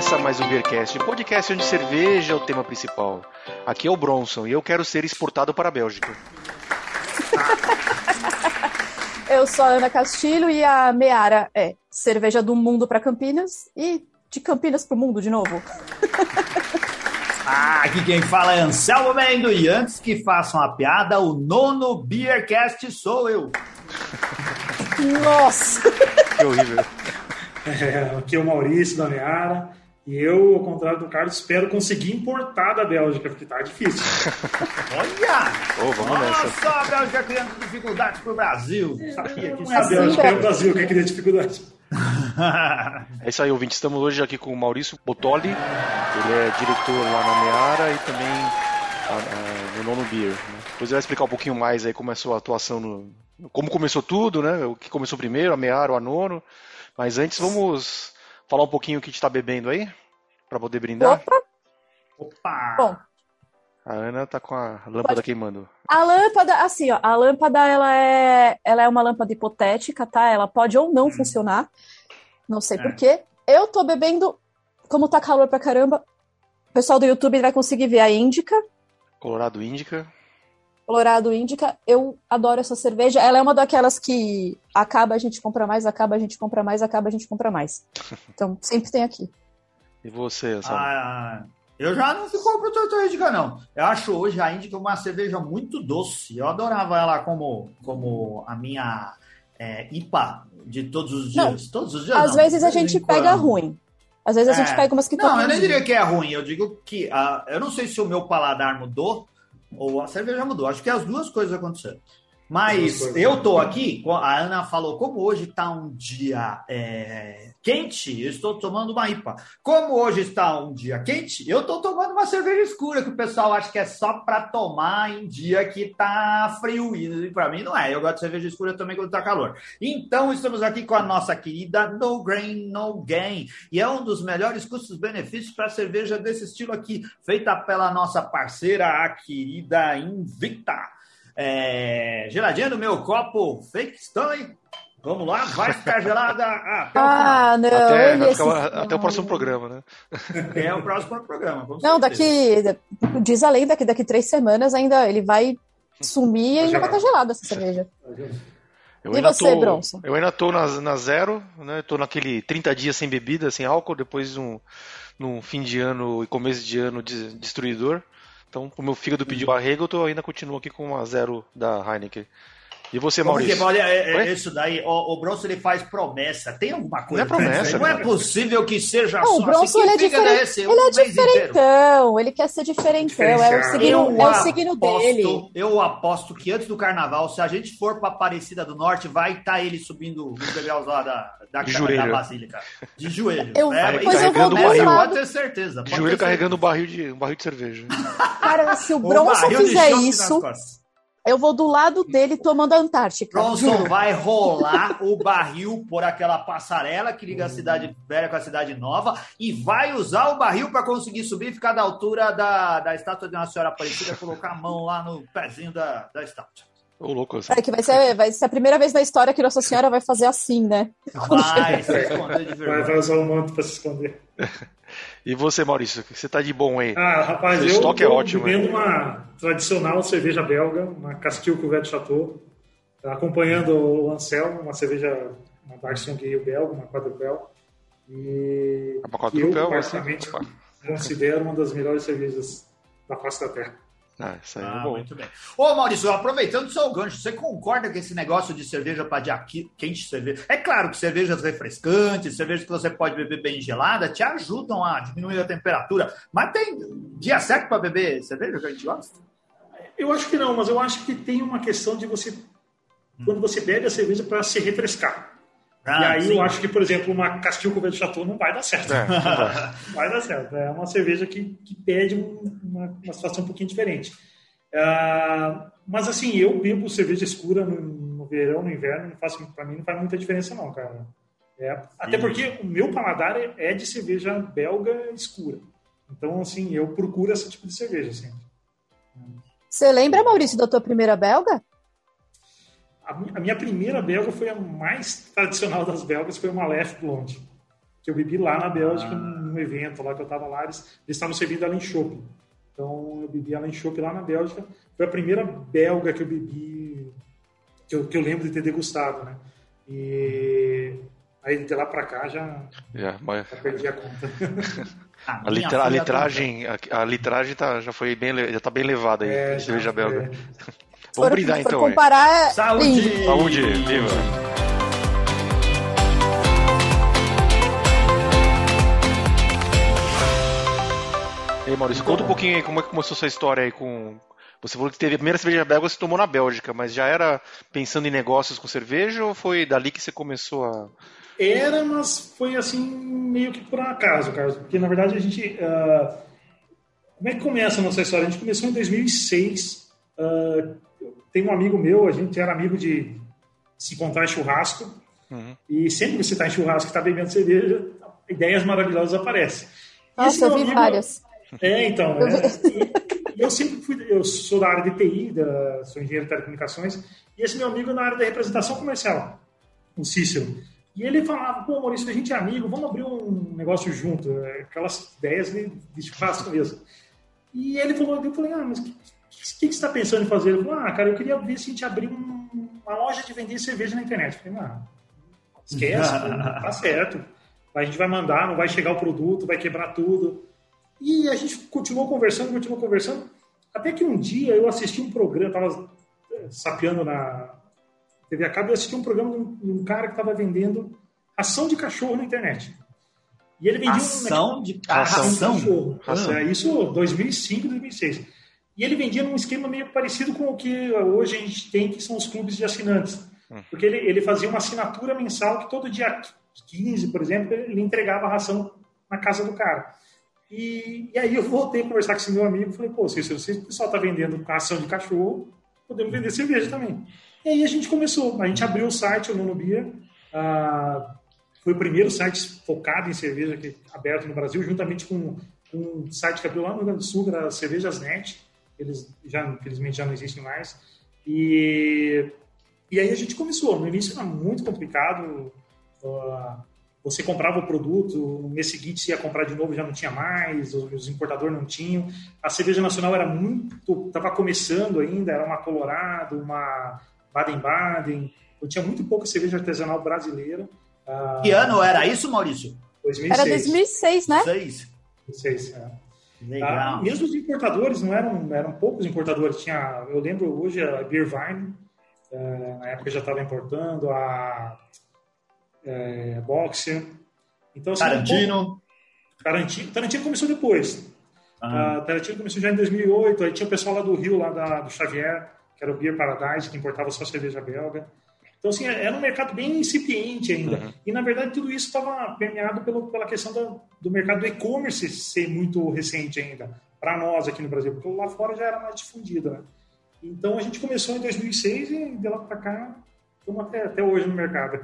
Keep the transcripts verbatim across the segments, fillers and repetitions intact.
Começa mais um Beercast, um podcast onde cerveja é o tema principal. Aqui é o Bronson e eu quero ser exportado para a Bélgica. Eu sou a Ana Castilho e a Meara é cerveja do mundo para Campinas e de Campinas para o mundo de novo. Ah, aqui quem fala é Anselmo Mendo e antes que façam a piada, o nono Beercast sou eu. Nossa! Que horrível. É, aqui é o Maurício da Meara e eu, ao contrário do Carlos, espero conseguir importar da Bélgica, porque tá difícil. Olha! Oh, vamos Nossa, nessa. a Bélgica criando dificuldades pro Brasil. Sabia que Não é a Bélgica, é o Brasil que cria dificuldade. É isso aí, ouvinte. Estamos hoje aqui com o Maurício Bottoli. Ele é diretor lá na Meara e também a, a, no Nono Beer. Né? Depois ele vai explicar um pouquinho mais aí como é a sua atuação, no, como começou tudo, né? O que começou primeiro, a Meara ou a Nono. Mas antes vamos falar um pouquinho o que a gente está bebendo aí, para poder brindar. Opa! Opa! Bom, A Ana tá com a lâmpada Pode... queimando. a lâmpada, assim, ó, a lâmpada ela é, ela é uma lâmpada hipotética, tá? Ela pode ou não hum. funcionar, não sei é. porquê. Eu tô bebendo, como tá calor pra caramba, o pessoal do YouTube vai conseguir ver a Índica. Colorado Índica. Colorado Índica, eu adoro essa cerveja. Ela é uma daquelas que acaba, a gente compra mais, acaba, a gente compra mais, acaba, a gente compra mais. Então, sempre tem aqui. E você, Sam? Ah, eu já não compro tanta Índica, não. Eu acho hoje a Índica uma cerveja muito doce. Eu adorava ela como, como a minha é, I P A de todos os dias. Não, todos os dias Às não, vezes a gente pega quando. ruim. Às vezes é. a gente pega umas que Não, eu nem diria que é ruim. Eu digo que... Uh, eu não sei se o meu paladar mudou ou a cerveja mudou. Acho que as duas coisas aconteceram. Mas eu tô aqui, a Ana falou, como hoje tá um dia é, quente, eu estou tomando uma I P A. Como hoje está um dia quente, eu tô tomando uma cerveja escura, que o pessoal acha que é só para tomar em dia que tá frio. E para mim não é, eu gosto de cerveja escura também quando tá calor. Então estamos aqui com a nossa querida No Grain, No Gain. E é um dos melhores custos-benefícios para cerveja desse estilo aqui, feita pela nossa parceira, a querida Invicta. É, geladinha no meu copo Fake Stanley. Vamos lá, vai ficar gelada até ah, o não, até, esse... ficar, até o próximo programa, né? É o próximo programa. Não, daqui, diz a lenda que daqui três semanas ainda ele vai sumir e ainda vai estar gelado essa cerveja. Eu e ainda você, tô, Bronson? Eu ainda tô na, na zero, né? Tô naquele trinta dias sem bebida, sem álcool, depois um, num fim de ano e começo de ano de, destruidor. Então, o meu fígado pediu arrego, eu tô, ainda continuo aqui com uma zero da Heineken. E você, Maurício? Olha, é, é, isso daí, o, o Bronson ele faz promessa. Tem alguma coisa? Não é promessa. Não é possível que seja não, só o Bronson, assim. Ele é, diferente, esse, ele é diferentão. Ele quer ser diferentão. É o signo, é o signo aposto, dele. Eu aposto que antes do carnaval, se a gente for pra Aparecida do Norte, vai estar tá ele subindo os degraus lá da, da, da Basílica. De joelho. Eu, é, pois eu vou do barril, lado... pode ter certeza. De joelho carregando um barril de, um barril de cerveja. Cara, se o Bronson fizer isso... Eu vou do lado dele tomando a Antártica. Bronson vai rolar o barril por aquela passarela que liga a cidade velha com a cidade nova e vai usar o barril para conseguir subir e ficar da altura da, da estátua de Nossa Senhora Aparecida, colocar a mão lá no pezinho da, da estátua. Ô, louco, assim. É que vai ser, vai ser a primeira vez na história que Nossa Senhora vai fazer assim, né? Vai se esconder de verdade. Vai usar o manto para se esconder. E você, Maurício, o que você tá de bom aí? Ah, rapaz, o eu estoque tô é ótimo, bebendo hein? uma tradicional cerveja belga, uma Castil Cuvette Chateau, acompanhando o Anselmo, uma cerveja, uma Dark Gale belga, uma quadrupel. E uma quadrupel, eu, particularmente, você... considero uma das melhores cervejas da face da Terra. Ah, isso aí ah, é bom. Muito bem. Ô, Maurício, aproveitando o seu gancho, você concorda que esse negócio de cerveja para dia quente, cerveja... É claro que cervejas refrescantes, cervejas que você pode beber bem gelada, te ajudam a diminuir a temperatura, mas tem dia certo para beber cerveja que a gente gosta? Eu acho que não, mas eu acho que tem uma questão de você, hum. quando você bebe a cerveja para se refrescar. Ah, e aí sim. Eu acho que, por exemplo, uma Castil Cuvette Chateau não vai dar certo. É, não vai. vai dar certo. É uma cerveja que, que pede uma, uma situação um pouquinho diferente. Uh, mas assim, eu bebo cerveja escura no, no verão, no inverno, não faz, pra mim não faz muita diferença não, cara. É, até porque o meu paladar é, é de cerveja belga escura. Então, assim, eu procuro esse tipo de cerveja sempre. Você lembra, Maurício, da tua primeira belga? A minha primeira belga foi a mais tradicional das belgas, foi uma Leffe Blonde, que eu bebi lá na Bélgica, ah. num evento lá que eu estava lá, eles eles estavam servindo ela em chopp. Então eu bebi ela em chopp lá na Bélgica. Foi a primeira belga que eu bebi, que eu, que eu lembro de ter degustado, né? E aí de lá para cá já, yeah, mas... já perdi a conta. A, litra, a litragem, a, a litragem tá, já foi bem, já tá bem levada aí, é, cerveja belga. É. Vamos for, brindar for então. Comparar, saúde! Saúde, viva! E aí, Maurício, então, conta um pouquinho aí como é que começou essa história aí com... Você falou que teve a primeira cerveja belga que você tomou na Bélgica, mas já era pensando em negócios com cerveja ou foi dali que você começou a... Era, mas foi assim, meio que por acaso, Carlos. Porque, na verdade, a gente... Uh, como é que começa a nossa história? A gente começou em dois mil e seis. Uh, tem um amigo meu, a gente era amigo de se encontrar em churrasco. Uhum. E sempre que você está em churrasco e está bebendo cerveja, ideias maravilhosas aparecem. Nossa, eu vi amigo, várias. É, então... É, e, eu sempre fui... Eu sou da área de T I, da, sou engenheiro de telecomunicações. E esse meu amigo é na área da representação comercial, o Cícero. E ele falava, pô, Maurício, a gente é amigo, vamos abrir um negócio junto. Aquelas ideias de, de churrasco mesmo. E ele falou, eu falei, ah, mas o que, que, que você está pensando em fazer? Ele falou, ah, cara, eu queria ver se a gente abrir um, uma loja de vender cerveja na internet. Eu falei, ah, esquece, tá certo. A gente vai mandar, não vai chegar o produto, vai quebrar tudo. E a gente continuou conversando, continuou conversando, até que um dia eu assisti um programa, estava sapeando na T V a cabo, eu assisti um programa de um, de um cara que estava vendendo ração de cachorro na internet. E ele vendia ração um, de ração de cachorro. Ração. É, isso dois mil e cinco, dois mil e seis. E ele vendia num esquema meio parecido com o que hoje a gente tem, que são os clubes de assinantes. Hum. Porque ele, ele fazia uma assinatura mensal que todo dia quinze, por exemplo, ele entregava a ração na casa do cara. E, e aí eu voltei a conversar com esse meu amigo e falei, pô, se, se o pessoal está vendendo ração de cachorro, podemos vender cerveja também. E aí a gente começou, a gente abriu o site, o Nono Beer, uh, foi o primeiro site focado em cerveja aqui, aberto no Brasil, juntamente com, com um site que abriu lá no Rio Grande do Sul, que era Cervejas ponto net, eles já, infelizmente já não existem mais. E, e aí a gente começou, no início era muito complicado, uh, você comprava o produto, no mês seguinte você ia comprar de novo, já não tinha mais, os importadores não tinham. A cerveja nacional era muito, estava começando ainda, era uma Colorado, uma Baden-Baden, eu tinha muito pouca cerveja artesanal brasileira. Que uh, ano era isso, Maurício? dois mil e seis. Era dois mil e seis, né? dois mil e seis, é. Legal. Uh, mesmo os importadores, não eram, eram poucos importadores. Tinha, eu lembro hoje a Beervine, uh, na época já estava importando, a É, Boxer. Então, assim, Tarantino. Um Tarantino. Tarantino começou depois. Ah. Uh, Tarantino começou já em dois mil e oito. Aí tinha o pessoal lá do Rio, lá da, do Xavier, que era o Beer Paradise, que importava só cerveja belga. Então, assim, era um mercado bem incipiente ainda. Uhum. E, na verdade, tudo isso estava permeado pelo, pela questão da, do mercado do e-commerce ser muito recente ainda, para nós aqui no Brasil, porque lá fora já era mais difundido, né? Então, a gente começou em dois mil e seis e de lá para cá, estamos até, até hoje no mercado.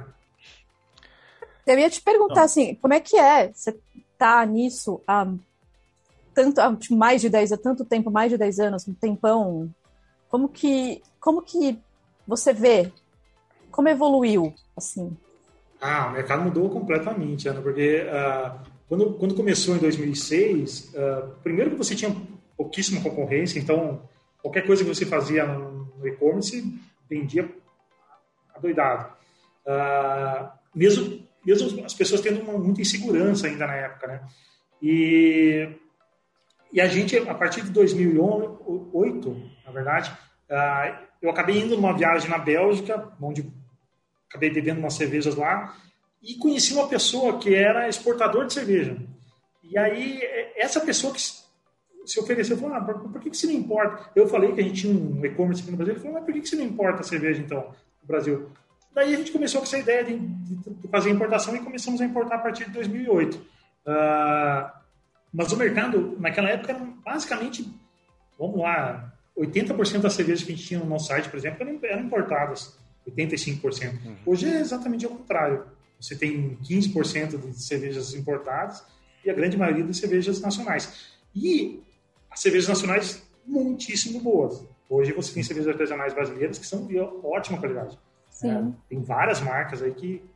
Eu ia te perguntar, então, assim, como é que é? Você tá nisso há, tanto, há mais de dez, há tanto tempo, mais de dez anos, um tempão. Como que, como que você vê? Como evoluiu, assim? Ah, o mercado mudou completamente, Ana, porque uh, quando, quando começou em dois mil e seis, uh, primeiro que você tinha pouquíssima concorrência, então qualquer coisa que você fazia no, no e-commerce vendia adoidado. Uh, mesmo mesmo as pessoas tendo uma, muita insegurança ainda na época, né? E, e a gente, a partir de dois mil e oito, na verdade, uh, eu acabei indo numa viagem na Bélgica, onde acabei bebendo umas cervejas lá, e conheci uma pessoa que era exportador de cerveja. E aí, essa pessoa que se ofereceu, falou, ah, por, por que, que você não importa? Eu falei que a gente tinha um e-commerce aqui no Brasil, ele falou, mas por que, que você não importa a cerveja, então, no Brasil? Daí a gente começou com essa ideia de, de fazer importação e começamos a importar a partir de dois mil e oito. Uh, mas o mercado, naquela época, era basicamente, vamos lá, oitenta por cento das cervejas que a gente tinha no nosso site, por exemplo, eram, eram importadas, oitenta e cinco por cento. Uhum. Hoje é exatamente o contrário. Você tem quinze por cento de cervejas importadas e a grande maioria das cervejas nacionais. E as cervejas nacionais, muitíssimo boas. Hoje você tem cervejas artesanais brasileiras que são de ótima qualidade. É, tem várias marcas aí que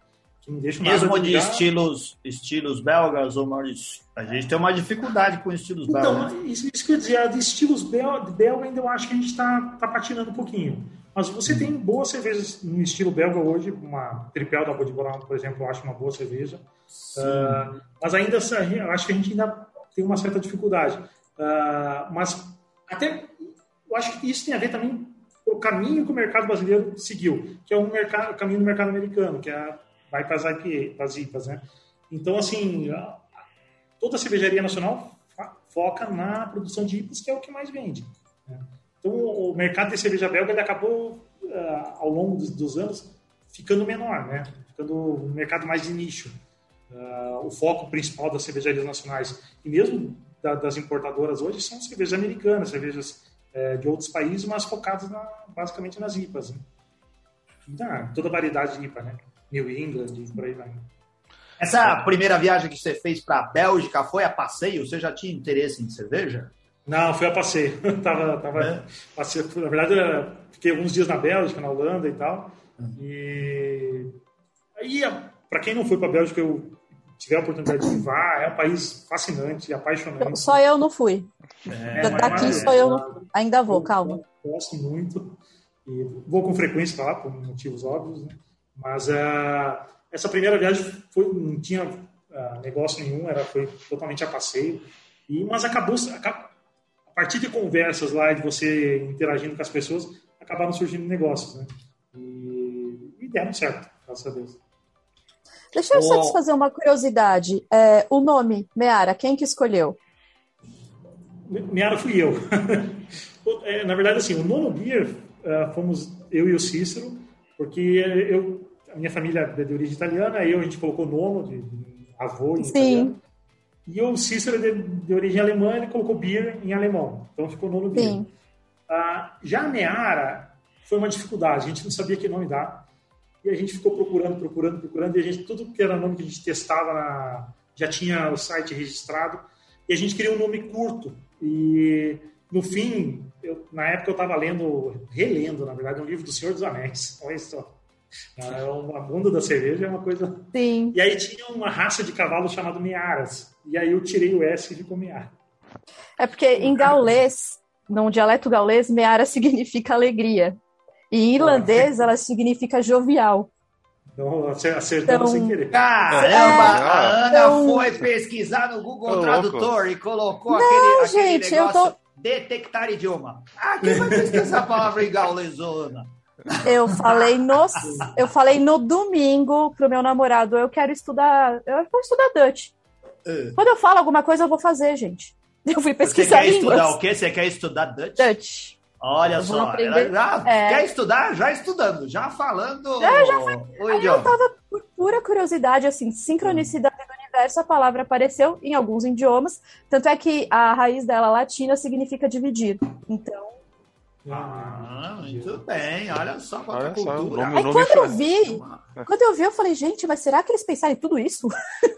que não deixam Mesmo nada de ligar. estilos, estilos belgas, ou Maurício? A gente tem uma dificuldade com estilos Então, belgas. isso, isso que eu ia dizer, de estilos bel, de belga ainda eu acho que a gente está tá patinando um pouquinho. Mas você hum. tem boas cervejas no estilo belga hoje, uma Tripel da Bodybrown, por exemplo, eu acho uma boa cerveja. Uh, mas ainda eu acho que a gente ainda tem uma certa dificuldade. Uh, mas até eu acho que isso tem a ver também com o caminho que o mercado brasileiro seguiu, que é um mercado, o caminho do mercado americano, que é, vai para as I P As, né? Então, assim, toda a cervejaria nacional foca na produção de I P As, que é o que mais vende, né? Então, o mercado de cerveja belga ele acabou, uh, ao longo dos, dos anos, ficando menor, né? Ficando um mercado mais de nicho. Uh, o foco principal das cervejarias nacionais e mesmo da, das importadoras hoje são cervejas americanas, cervejas uh, de outros países, mas focadas na, basicamente nas I P As, né? Ah, toda a variedade de I P A, né? New England e por aí vai. Essa primeira viagem que você fez para a Bélgica foi a passeio? Você já tinha interesse em cerveja? Não, foi a passeio. tava, tava, é. passeio. Na verdade, eu fiquei alguns dias na Bélgica, na Holanda e tal. Hum. E aí, para quem não foi para a Bélgica, eu tive a oportunidade de ir, vá. É um país fascinante, apaixonante. Só eu não fui. É, Daqui é, só eu não fui. Ainda vou, eu, calma. Eu gosto muito. E vou com frequência para lá, por motivos óbvios, né? Mas uh, essa primeira viagem foi, não tinha uh, negócio nenhum, era, foi totalmente a passeio. E, mas acabou, acabou, a partir de conversas lá, de você interagindo com as pessoas, acabaram surgindo negócios, né? E, e deram certo, graças a Deus. Deixa eu só te fazer uma curiosidade. É, o nome, Meara, quem que escolheu? Meara fui eu. Na verdade, assim, o Nono Beer uh, fomos eu e o Cícero, porque eu, a minha família é de origem italiana, aí a gente colocou Nono, de, de avô em Sim. italiano. E o Cícero é de, de origem alemã, ele colocou Beer em alemão. Então ficou Nono Beer. Sim. Uh, já a Meara foi uma dificuldade, a gente não sabia que nome dar. E a gente ficou procurando, procurando, procurando, e a gente, tudo que era nome que a gente testava, na, já tinha o site registrado, e a gente queria um nome curto. E, no fim, eu, na época eu estava lendo, relendo, na verdade, um livro do Senhor dos Anéis. Olha só. O mundo da cerveja é uma coisa... Sim. E aí tinha uma raça de cavalo chamado Mearas. E aí eu tirei o S e ficou Meara. É porque em gaulês, num dialeto gaulês, Meara significa alegria. E em irlandês, ela significa jovial. Então, acertando então, sem querer. Caramba, é, a Ana então... foi pesquisar no Google oh, Tradutor louco. E colocou não, aquele, gente, aquele negócio, eu tô... detectar idioma. Ah, quem vai pesquisar a palavra em gaulesona? Eu falei, no, eu falei no domingo pro meu namorado, eu quero estudar, eu vou estudar Dutch. Uh. Quando eu falo alguma coisa, eu vou fazer, gente. Eu fui pesquisar línguas. Você quer línguas. estudar o quê? Você quer estudar Dutch? Dutch. Olha eu só, ela já é. quer estudar, já estudando, já falando já, já foi, o idioma. Eu tava por pura curiosidade, assim, sincronicidade hum. do universo, a palavra apareceu em alguns idiomas, tanto é que a raiz dela latina significa dividir, então... Ah, muito bem, olha só quanta cultura. Aí quando eu é vi, quando eu vi, eu falei, gente, mas será que eles pensaram em tudo isso?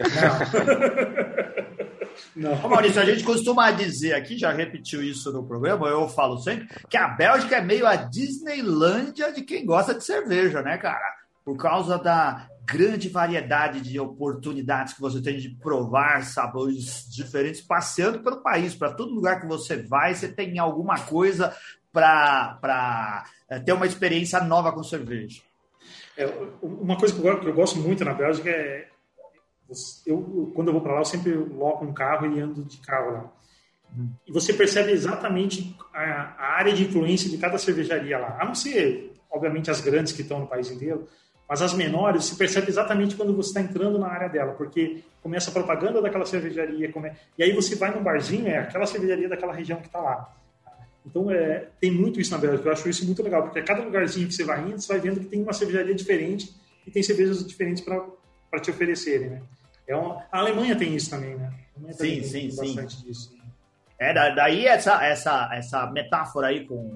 Não. Ô, Maurício, a gente costuma dizer aqui, já repetiu isso no programa, eu falo sempre, que a Bélgica é meio a Disneylândia de quem gosta de cerveja, né, cara? Por causa da grande variedade de oportunidades que você tem de provar sabores diferentes, passeando pelo país. Para todo lugar que você vai, você tem alguma coisa para ter uma experiência nova com cerveja. É, uma coisa que eu, que eu gosto muito na Bélgica é Eu, quando eu vou para lá, eu sempre loco um carro e ando de carro lá. Hum. E você percebe exatamente a, a área de influência de cada cervejaria lá. A não ser, obviamente, as grandes que estão no país inteiro, mas as menores, você percebe exatamente quando você está entrando na área dela, porque começa a propaganda daquela cervejaria, come... e aí você vai num barzinho, é aquela cervejaria daquela região que está lá. Então, é, tem muito isso na Bélgica. Eu acho isso muito legal, porque a cada lugarzinho que você vai indo, você vai vendo que tem uma cervejaria diferente e tem cervejas diferentes para te oferecerem, né? É uma... A Alemanha tem isso também, né? A Alemanha sim, tem sim, sim. bastante disso. É, daí essa, essa, essa metáfora aí com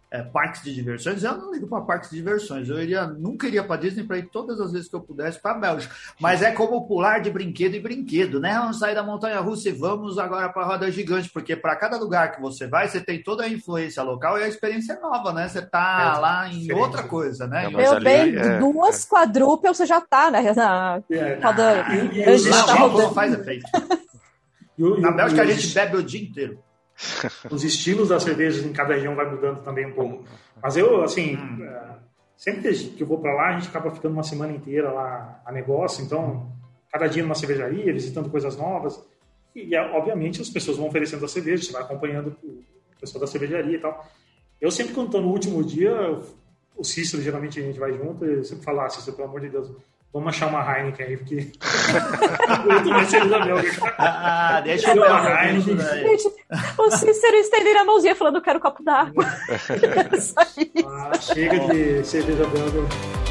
é, parques de diversões, eu não ligo para parques de diversões. Eu iria, nunca iria para Disney para ir todas as vezes que eu pudesse para a Bélgica. Mas é como pular de brinquedo em brinquedo, né? Vamos sair da montanha-russa e vamos agora para a roda gigante, porque para cada lugar que você vai, você tem toda a influência local e a experiência é nova, né? Você tá é, lá em diferente. Outra coisa, né? Meu bem, é, duas é. quadrúpedes você já tá, né? Na é, roda gigante. Não faz efeito. Na Bélgica a gente bebe o dia inteiro. Os estilos das cervejas em cada região vai mudando também um pouco. Mas eu, assim, hum. sempre que eu vou para lá, a gente acaba ficando uma semana inteira lá a negócio. Então, cada dia numa cervejaria, visitando coisas novas. E, obviamente, as pessoas vão oferecendo a cerveja, você vai acompanhando o pessoal da cervejaria e tal. Eu sempre, quando estou no último dia, o Cícero, geralmente a gente vai junto, eu sempre falo, ah, Cícero, pelo amor de Deus, vamos achar uma Heineken aí, porque eu tô mais feliz da Bélgica. Ah, deixa eu ver uma Heineken. Gente, o Cícero estendendo a mãozinha falando, eu quero um copo d'água. Só isso. Ah, chega de cerveja belga.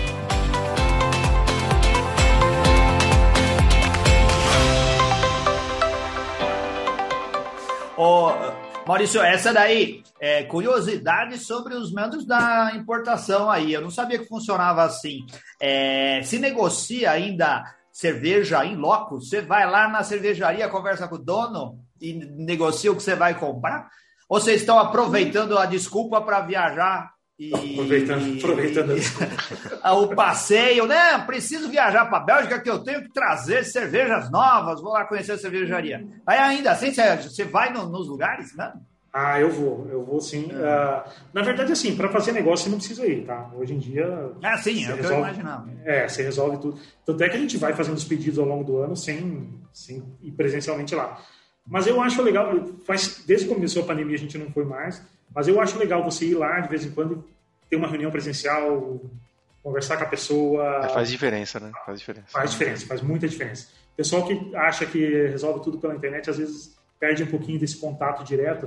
Ô, Maurício, essa daí é curiosidade sobre os membros da importação aí. Eu não sabia que funcionava assim. É, se negocia ainda cerveja em loco? Você vai lá na cervejaria, conversa com o dono e negocia o que você vai comprar? Ou vocês estão aproveitando a desculpa para viajar? E, aproveitando, aproveitando e, o passeio, né? Preciso viajar para a Bélgica que eu tenho que trazer cervejas novas. Vou lá conhecer a cervejaria. Aí ainda assim, você, você vai no, nos lugares, né? Ah, eu vou, eu vou sim. É. Uh, na verdade, assim, para fazer negócio você não precisa ir, tá? Hoje em dia. Ah, sim, é o que eu imaginava. É, você resolve tudo. Tanto é que a gente vai fazendo os pedidos ao longo do ano sem, sem ir presencialmente lá. Mas eu acho legal, faz, desde que começou a pandemia a gente não foi mais, mas eu acho legal você ir lá de vez em quando, ter uma reunião presencial, conversar com a pessoa. É, faz diferença, né? Faz diferença. Faz diferença, faz muita diferença. O pessoal que acha que resolve tudo pela internet, às vezes perde um pouquinho desse contato direto.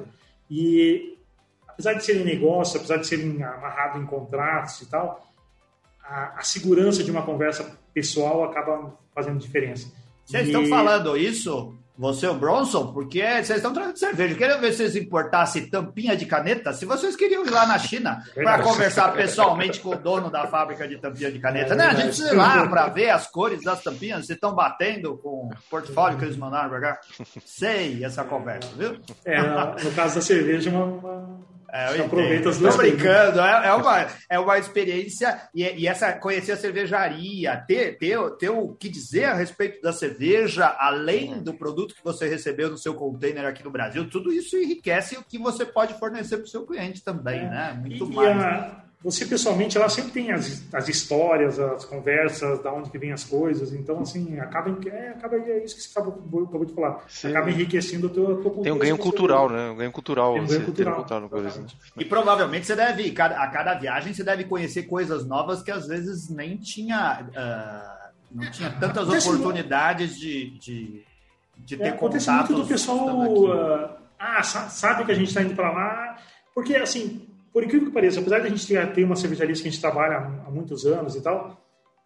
E apesar de serem negócios, apesar de serem amarrados em contratos e tal, a, a segurança de uma conversa pessoal acaba fazendo diferença. Vocês e... estão falando isso, você e o Bronson, porque vocês estão trazendo cerveja. Eu queria ver se vocês importassem tampinha de caneta, se vocês queriam ir lá na China para conversar pessoalmente com o dono da fábrica de tampinha de caneta. É, né? A gente precisa ir lá para ver as cores das tampinhas, vocês estão batendo com o portfólio que eles mandaram para cá. Sei essa conversa, viu? É, no caso da cerveja, uma... uma... É, eu aproveito as duas. Estou brincando, é, é, uma, é uma experiência e, e essa conhecer a cervejaria, ter, ter, ter o que dizer a respeito da cerveja, além do produto que você recebeu no seu container aqui no Brasil, tudo isso enriquece o que você pode fornecer para o seu cliente também, é. né? Muito e, mais. E a, né? Você pessoalmente lá sempre tem as, as histórias, as conversas, da onde que vem as coisas, então assim, acaba, é, acaba é isso que você acabou, acabou de falar, Sim. acaba enriquecendo a tua, a tua cultura. Tem um ganho cultural, né? Um ganho cultural. Tem um ganho cultural. cultural coisa, né? E provavelmente você deve, a cada viagem você deve conhecer coisas novas que às vezes nem tinha, uh, não tinha tantas acontece oportunidades muito, de, de, de ter é, contatos. Acontece muito do pessoal, uh, ah, sabe que a gente está indo para lá, porque assim... Por incrível que pareça, apesar de a gente ter, ter uma cervejaria que a gente trabalha há, há muitos anos e tal,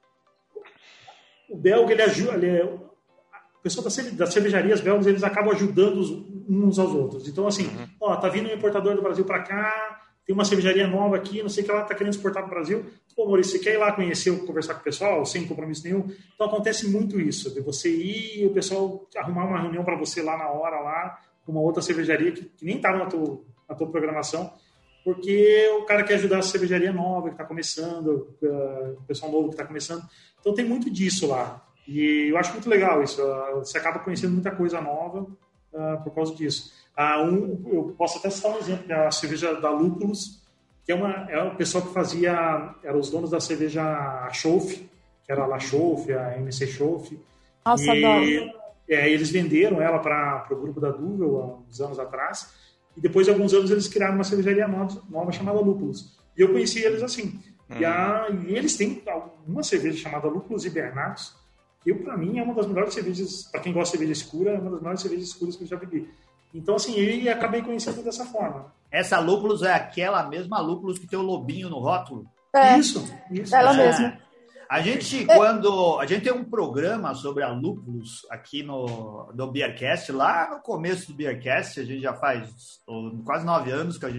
o belga, ele ajuda, ele é, o pessoal das, das cervejarias belgas, eles acabam ajudando os, uns aos outros. Então, assim, uhum. ó, tá vindo um importador do Brasil para cá, tem uma cervejaria nova aqui, não sei o que ela tá querendo exportar para o Brasil. Pô, Maurício, você quer ir lá conhecer, conversar com o pessoal, sem compromisso nenhum? Então, acontece muito isso, de você ir e o pessoal arrumar uma reunião para você lá na hora, lá, com uma outra cervejaria que, que nem tá na tua, na tua programação, porque o cara quer ajudar a cervejaria nova que está começando, uh, o pessoal novo que está começando. Então tem muito disso lá. E eu acho muito legal isso. Uh, você acaba conhecendo muita coisa nova uh, por causa disso. Uh, um, eu posso até citar um exemplo, que é a cerveja da Lúpulos, que é, uma, é o pessoal que fazia, eram os donos da cerveja Schoff, que era a La Schoff, a M C Schoff. Nossa, e, é, eles venderam ela para o grupo da Duvel há uns anos atrás. E depois de alguns anos eles criaram uma cervejaria nova, nova chamada Lúpulos. E eu conheci eles assim. Uhum. E, a, e eles têm uma cerveja chamada Lúpulos Hibernados, que para mim é uma das melhores cervejas, para quem gosta de cerveja escura, é uma das melhores cervejas escuras que eu já bebi. Então, assim, eu acabei conhecendo dessa forma. Essa Lúpulos é aquela mesma Lúpulos que tem o lobinho no rótulo? É, isso, isso. Ela é. mesma. A gente, quando... A gente tem um programa sobre a Lúpulos aqui no, no Beercast. Lá no começo do Beercast, a gente já faz quase nove anos que a gente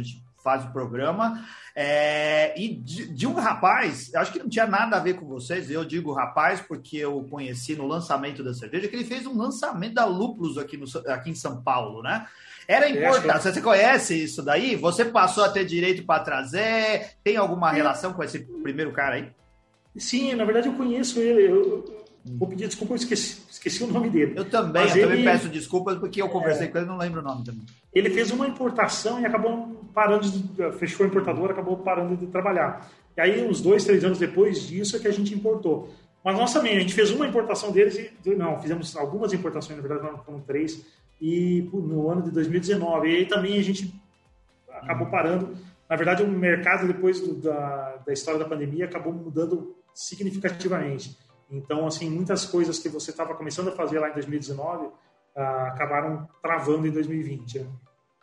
faz o programa. É, e de, de um rapaz, acho que não tinha nada a ver com vocês, eu digo rapaz porque eu conheci no lançamento da cerveja, que ele fez um lançamento da Lúpulos aqui, no, aqui em São Paulo, né? Era importante. Você conhece isso daí? Você passou a ter direito para trazer? Tem alguma relação com esse primeiro cara aí? Sim, na verdade eu conheço ele. Eu vou pedir desculpa, eu esqueci, esqueci o nome dele. Eu também, Mas eu ele, também peço desculpas porque eu conversei é, com ele e não lembro o nome também. Ele fez uma importação e acabou parando, de, fechou a importadora, acabou parando de trabalhar. E aí, uns dois, três anos depois disso, é que a gente importou. Mas nós também, a gente fez uma importação deles e... Não, fizemos algumas importações, na verdade, foram três. E no ano de dois mil e dezenove. E aí também a gente acabou parando. Na verdade, o mercado, depois do, da, da história da pandemia, acabou mudando significativamente. Então, assim, muitas coisas que você estava começando a fazer lá em dois mil e dezenove ah, acabaram travando em dois mil e vinte. Né?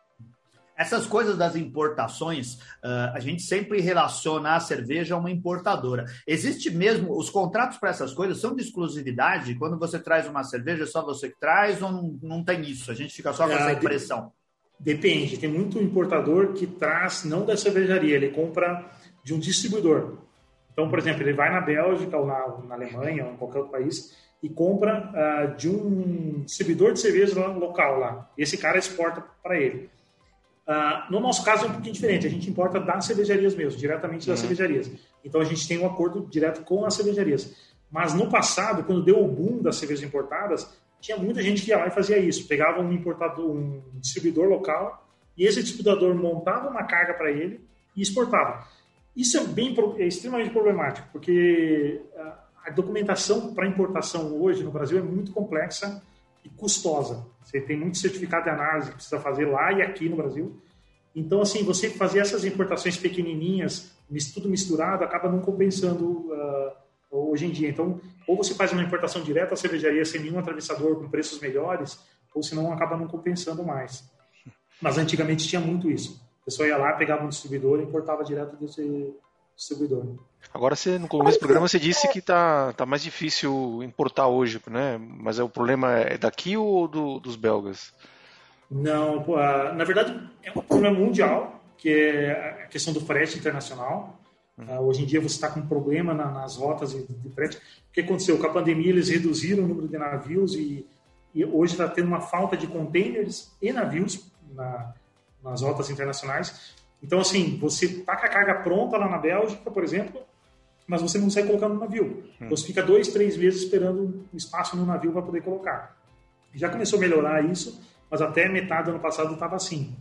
Essas coisas das importações, uh, a gente sempre relaciona a cerveja a uma importadora. Existe mesmo, os contratos para essas coisas são de exclusividade? Quando você traz uma cerveja, é só você que traz ou não, não tem isso? A gente fica só com essa impressão? Depende. Tem muito importador que traz, não da cervejaria, ele compra de um distribuidor. Então, por exemplo, ele vai na Bélgica ou na, na Alemanha ou em qualquer outro país e compra uh, de um distribuidor de cerveja local lá. Esse cara exporta para ele. Uh, no nosso caso é um pouquinho diferente, a gente importa das cervejarias mesmo, diretamente das uhum. cervejarias. Então a gente tem um acordo direto com as cervejarias. Mas no passado, quando deu o boom das cervejas importadas, tinha muita gente que ia lá e fazia isso. Pegava um importador, um distribuidor local, e esse distribuidor montava uma carga para ele e exportava. Isso é, bem, é extremamente problemático, porque a documentação para importação hoje no Brasil é muito complexa e custosa. Você tem muito certificado de análise que precisa fazer lá e aqui no Brasil. Então, assim, você fazer essas importações pequenininhas, tudo misturado, acaba não compensando uh, hoje em dia. Então, ou você faz uma importação direta à cervejaria sem nenhum atravessador, com preços melhores, ou senão acaba não compensando mais. Mas antigamente tinha muito isso. A pessoa ia lá, pegava um distribuidor e importava direto desse distribuidor. Agora, você, no começo do programa, você disse que tá, tá mais difícil importar hoje, né? Mas é, o problema é daqui ou do, dos belgas? Não, na verdade, é um problema mundial, que é a questão do frete internacional. Uhum. Hoje em dia, você está com um problema na, nas rotas de, de frete. O que aconteceu? Com a pandemia, eles reduziram o número de navios e, e hoje está tendo uma falta de containers e navios na, nas rotas internacionais. Então, assim, você está com a carga pronta lá na Bélgica, por exemplo, mas você não consegue colocar no navio. Hum. Você fica dois, três meses esperando um espaço no navio para poder colocar. Já começou a melhorar isso, mas até metade do ano passado estava assim.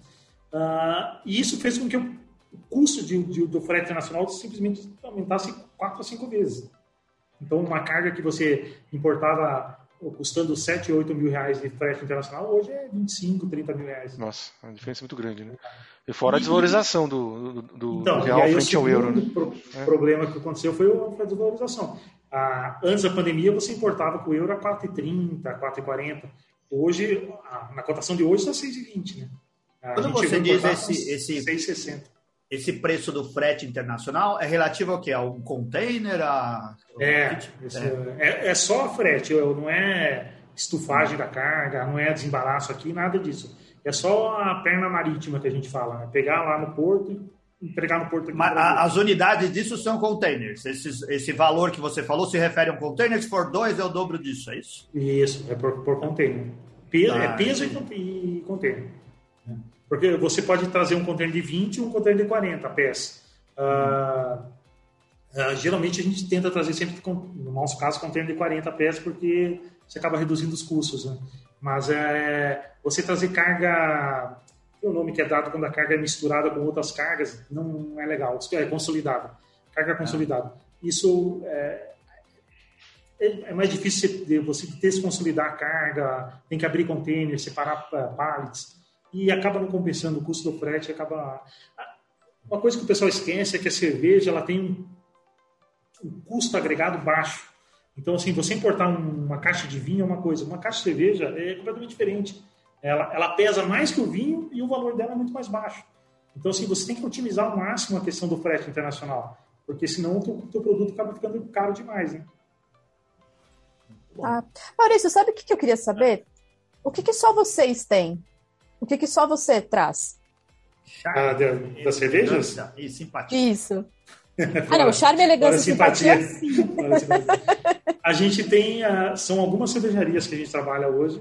Uh, e isso fez com que o custo de, de, do frete internacional simplesmente aumentasse quatro a cinco vezes. Então, uma carga que você importava custando sete, oito mil reais de frete internacional, hoje é vinte e cinco, trinta mil reais. Nossa, a diferença é muito grande, né? E fora a desvalorização do, do, do então, real frente ao euro, né? O pro, é. problema que aconteceu foi a desvalorização. Ah, antes da pandemia, você importava com o euro a quatro e trinta, quatro e quarenta. Hoje, ah, na cotação de hoje, está seis e vinte, né? A Quando você diz esse, esse, seis e sessenta. Esse preço do frete internacional é relativo ao quê? A um container? A... É, esse, é. É, é só frete, não é estufagem da carga, não é desembaraço aqui, nada disso. É só a perna marítima que a gente fala, né? Pegar lá no porto e entregar no porto aqui. Mas a, as unidades disso são containers. Esse, esse valor que você falou se refere a um container, se for dois é o dobro disso, é isso? Isso, é por, por container. Peso, ah, é peso e, e container. Porque você pode trazer um container de vinte e um container de quarenta pés. Uh, uh, geralmente a gente tenta trazer sempre, no nosso caso, container de quarenta pés, porque você acaba reduzindo os custos, né? Mas é, você trazer carga, tem um nome que é dado quando a carga é misturada com outras cargas, não é legal, é consolidada, carga consolidada. Isso é, é mais difícil de você desconsolidar a carga, tem que abrir container, separar pallets, e acaba não compensando o custo do frete. Acaba... Uma coisa que o pessoal esquece é que a cerveja ela tem um, um custo agregado baixo. Então, assim, você importar uma caixa de vinho é uma coisa, uma caixa de cerveja é completamente diferente. Ela, ela pesa mais que o vinho e o valor dela é muito mais baixo. Então, assim, você tem que otimizar ao máximo a questão do frete internacional, porque senão o teu, teu produto acaba ficando caro demais, né? Ah, Maurício, sabe o que eu queria saber? O que, que só vocês têm? O que, que só você traz? Ah, da, das cervejas? E simpatia. Isso. Ah, não, charme, elegância e simpatia. simpatia. A gente tem, uh, são algumas cervejarias que a gente trabalha hoje.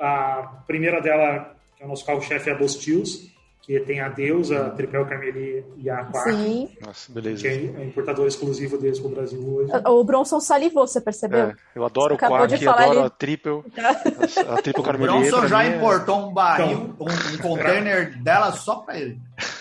A primeira dela, que é o nosso carro-chefe, é a Bostils, que tem a Deus, a Tripel Carmeli e a Quack. Sim. Nossa, beleza. Que é importador exclusivo deles para o Brasil hoje. O Bronson salivou, você percebeu? É, eu adoro você o Quack, adoro ali. a Tripel. A, a Tripel Carmeli. O Bronson já importou é... um barril, então, um, um container dela só para ele.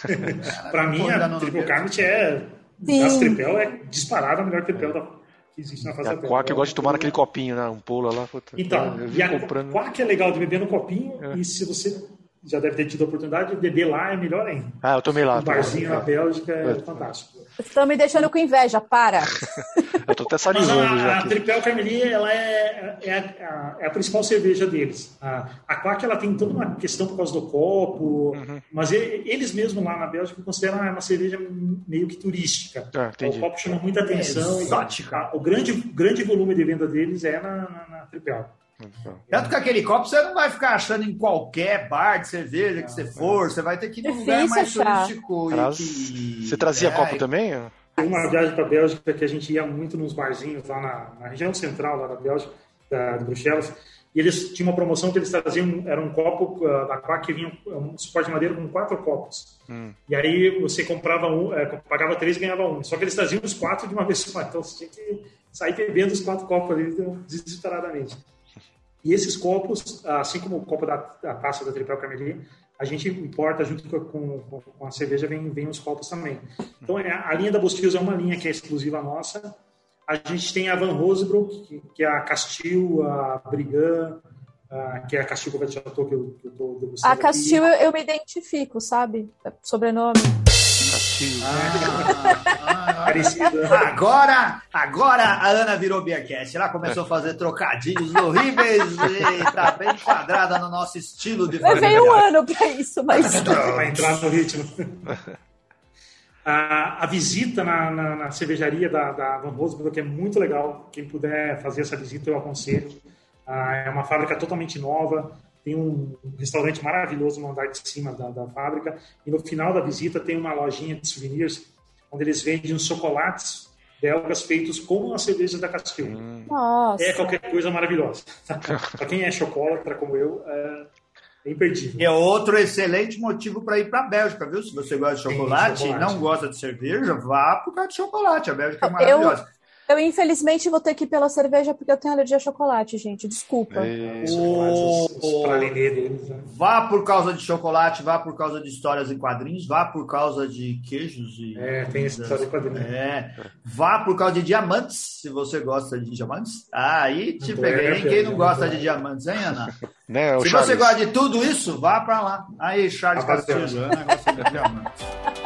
Para mim, a Tripel Carmeli é... Sim. Das Tripel é disparada a melhor Tripel da... que existe na face da Terra. A Quack eu gosto de tomar naquele copinho, né? Um polo lá. Puta, então, e a comprando. Quack é legal de beber no copinho, é. E se você já deve ter tido a oportunidade de beber lá, é melhor ainda. Ah, eu tomei lá. Um barzinho na Bélgica é, é fantástico. Vocês estão me deixando com inveja, para! Eu tô até salivando Mas a, já. A Tripel Carmeli, ela é, é, a, é a principal cerveja deles. A, a Quack, ela tem toda uma questão por causa do copo, uhum. Mas ele, eles mesmos lá na Bélgica consideram uma cerveja meio que turística. Ah, o copo chama muita atenção. É exótica. A, o grande, grande volume de venda deles é na, na, na Tripel. Tanto que aquele copo você não vai ficar achando em qualquer bar de cerveja que você for, você vai ter que ir num lugar mais turístico. E que... Você trazia é, copo também? Tem uma viagem para a Bélgica que a gente ia muito nos barzinhos lá na, na região central lá da Bélgica, da, de Bruxelas, e eles tinham uma promoção que eles traziam, era um copo uh, da Quack que vinha um suporte de madeira com quatro copos. Hum. E aí você comprava um, é, pagava três e ganhava um. Só que eles traziam os quatro de uma vez só, então você tinha que sair bebendo os quatro copos ali desesperadamente. E esses copos, assim como o copo da, da taça da Tripel Carmeli, a gente importa junto com, com, com a cerveja, vem, vem os copos também. Então, é, a linha da Bostils é uma linha que é exclusiva nossa. A gente tem a Van Rosebroek, que, que é a Castil, a Brigand, a, que é a Castil Covert Chateau que eu estou degustando. A Castil eu, eu me identifico, sabe? Sobrenome. Castil. Ah, ah, ah, agora, agora a Ana virou Beercast. Ela começou a fazer trocadilhos horríveis e tá bem enquadrada no nosso estilo de fazer. Levei um ano pra isso, mas... Vai entrar no ritmo. A, a visita na, na, na cervejaria da, da Van Rosebroek é muito legal. Quem puder fazer essa visita, eu aconselho. Ah, é uma fábrica totalmente nova. Tem um restaurante maravilhoso no andar de cima da, da fábrica. E no final da visita tem uma lojinha de souvenirs onde eles vendem uns chocolates belgas feitos com a cerveja da Castil. Nossa. É qualquer coisa maravilhosa. Para quem é chocolatra como eu, é, é imperdível. É outro excelente motivo para ir para a Bélgica, viu? Se você gosta de chocolate e não gosta de cerveja, vá por causa de chocolate. A Bélgica é maravilhosa. Eu... Eu, infelizmente, vou ter que ir pela cerveja porque eu tenho alergia a chocolate, gente. Desculpa. É, o... o... deles, né? Vá por causa de chocolate, vá por causa de histórias em quadrinhos, vá por causa de queijos. E... É, tem história em quadrinhos. É. Vá por causa de diamantes, se você gosta de diamantes. Ah, aí te peguei, hein? Quem não gosta de diamantes, hein, Ana? Né, se Charles. Você gosta de tudo isso, vá pra lá. Aí, Charles Castilho, Ana gosta de diamantes.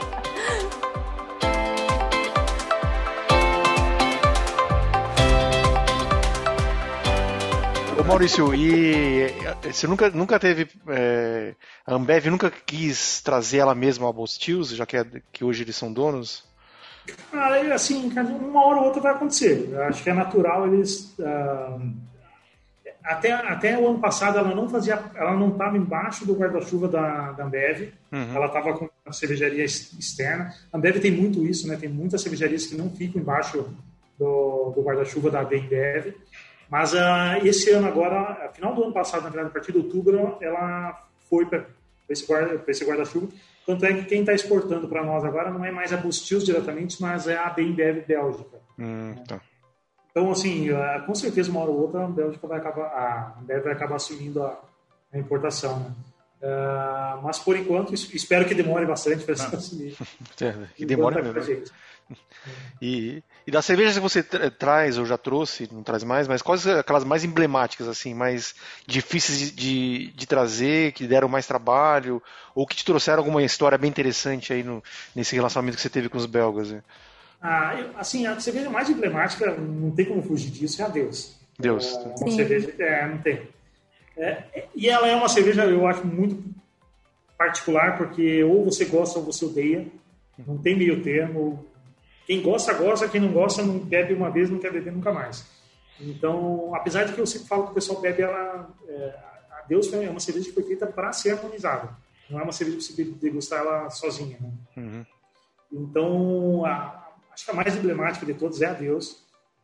Ô Maurício, e você nunca, nunca teve. É, a Ambev nunca quis trazer ela mesma a Bostils, já que, é, que hoje eles são donos? Ah, assim, uma hora ou outra vai acontecer. Eu acho que é natural eles. Uh, até, até o ano passado ela não fazia. Ela não estava embaixo do guarda-chuva da, da Ambev, uhum. Ela estava com a cervejaria externa. A Ambev tem muito isso, né? Tem muitas cervejarias que não ficam embaixo do, do guarda-chuva da Ambev. Mas uh, esse ano agora, final do ano passado, na verdade, a partir de outubro, ela foi para esse, guarda, esse guarda-chuva. Tanto é que quem está exportando para nós agora não é mais a Bostils diretamente, mas é a Bembev Bélgica. Hum, tá. Então, assim, uh, com certeza uma hora ou outra a Bélgica vai acabar, a Ambev vai acabar assumindo a, a importação, né? Uh, mas por enquanto espero que demore bastante para se assumir. Que demore mesmo. E, e das cervejas que você tra- traz ou já trouxe, não traz mais, mas quais aquelas mais emblemáticas, assim, mais difíceis de, de, de trazer, que deram mais trabalho, ou que te trouxeram alguma história bem interessante aí no, nesse relacionamento que você teve com os belgas? Né? Ah, eu, assim, a cerveja mais emblemática, não tem como fugir disso, é a Deus. Deus. É, uma cerveja, é, não tem. É, e ela é uma cerveja, eu acho, muito particular, porque ou você gosta ou você odeia, não tem meio termo. Quem gosta, gosta. Quem não gosta, não bebe uma vez, não quer beber nunca mais. Então, apesar de que eu sempre falo que o pessoal bebe ela... É, a Deus é uma cerveja que foi feita para ser harmonizada. Não é uma cerveja que você degustar ela sozinha, né? Uhum. Então, a, acho que a mais emblemática de todas é a Deus.